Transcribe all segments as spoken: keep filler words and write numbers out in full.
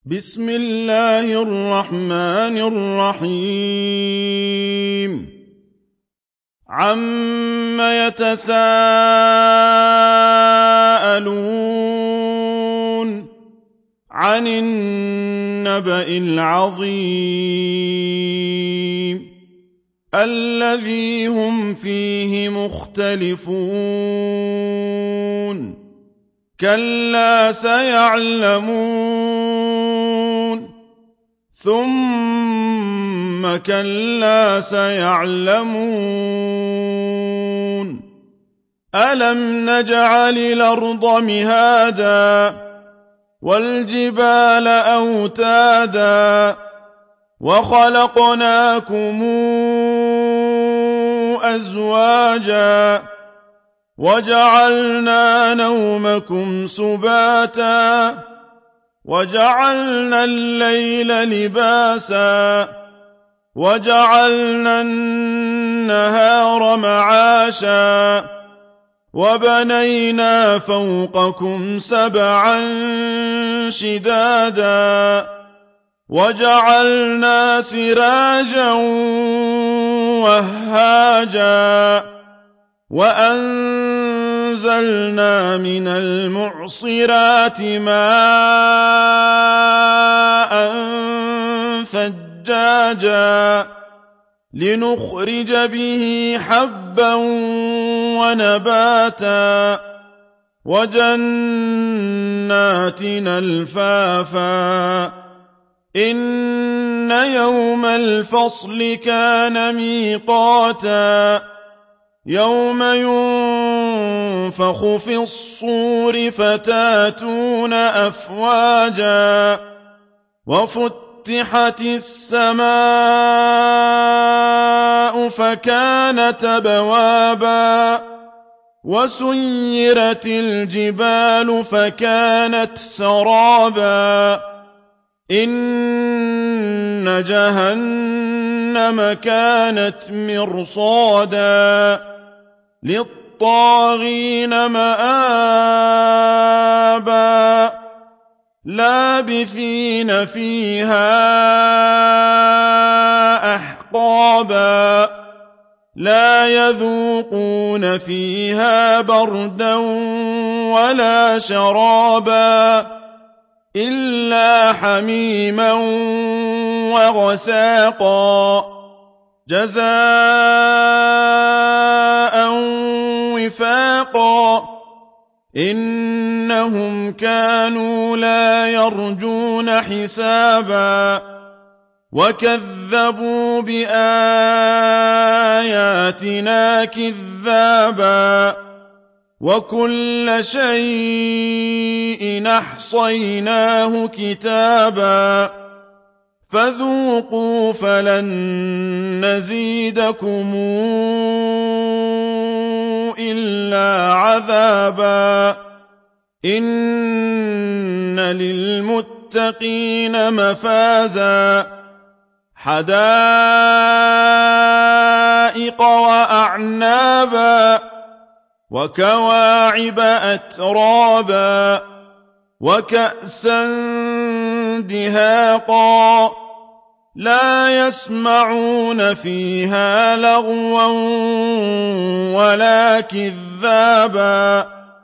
بسم الله الرحمن الرحيم عم يتساءلون عن النبأ العظيم الذي هم فيه مختلفون كلا سيعلمون ثم كلا سيعلمون ألم نجعل الأرض مهادا والجبال أوتادا وخلقناكم أزواجا وجعلنا نومكم سباتا وجعلنا الليل لباسا وجعلنا النهار معاشا وبنينا فوقكم سبعا شدادا وجعلنا سراجا وهاجا وأنزلنا من المعصرات ماء ثجاجا لنخرج به حبا ونباتا وجنات ألفافا إن يوم الفصل كان ميقاتا يوم ينفخ في الصور فتاتون أفواجا وفتحت السماء فكانت أبوابا وسيرت الجبال فكانت سرابا إن جهنم كانت مرصادا للطاغين مآبا لابثين فيها أحقابا لا يذوقون فيها بردا ولا شرابا إلا حميما وغساقا جزاء وفاقا إنهم كانوا لا يرجون حسابا وكذبوا بآياتنا كذابا وكل شيء أحصيناه كتابا فذوقوا فلن نزيدكم إلا عذابا إن للمتقين مفازا حدائق وأعنابا وكواعب أترابا وكأسا دهاقا لا يسمعون فيها لغوا ولا كذابا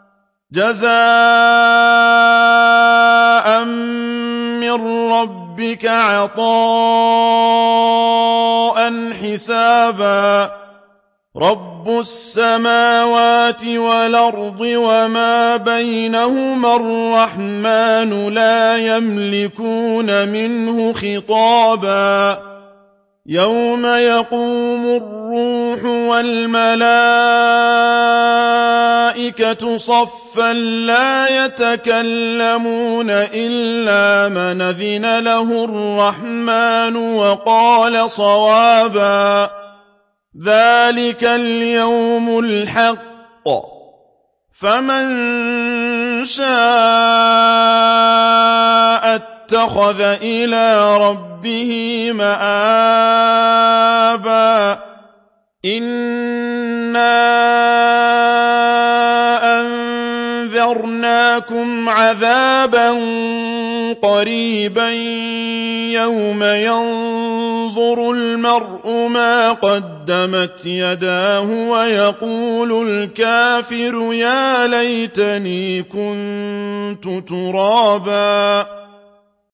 جزاء من ربك عطاء حسابا رب السماوات والأرض وما بينهما الرحمن لا يملكون منه خطابا يوم يقوم الروح والملائكة صفا لا يتكلمون إلا من أذن له الرحمن وقال صوابا ذلك اليوم الحق فمن شاء اتخذ إلى ربه مآبا إنا وأنذرناكم عذابا قريبا يوم ينظر المرء ما قدمت يداه ويقول الكافر يا ليتني كنت ترابا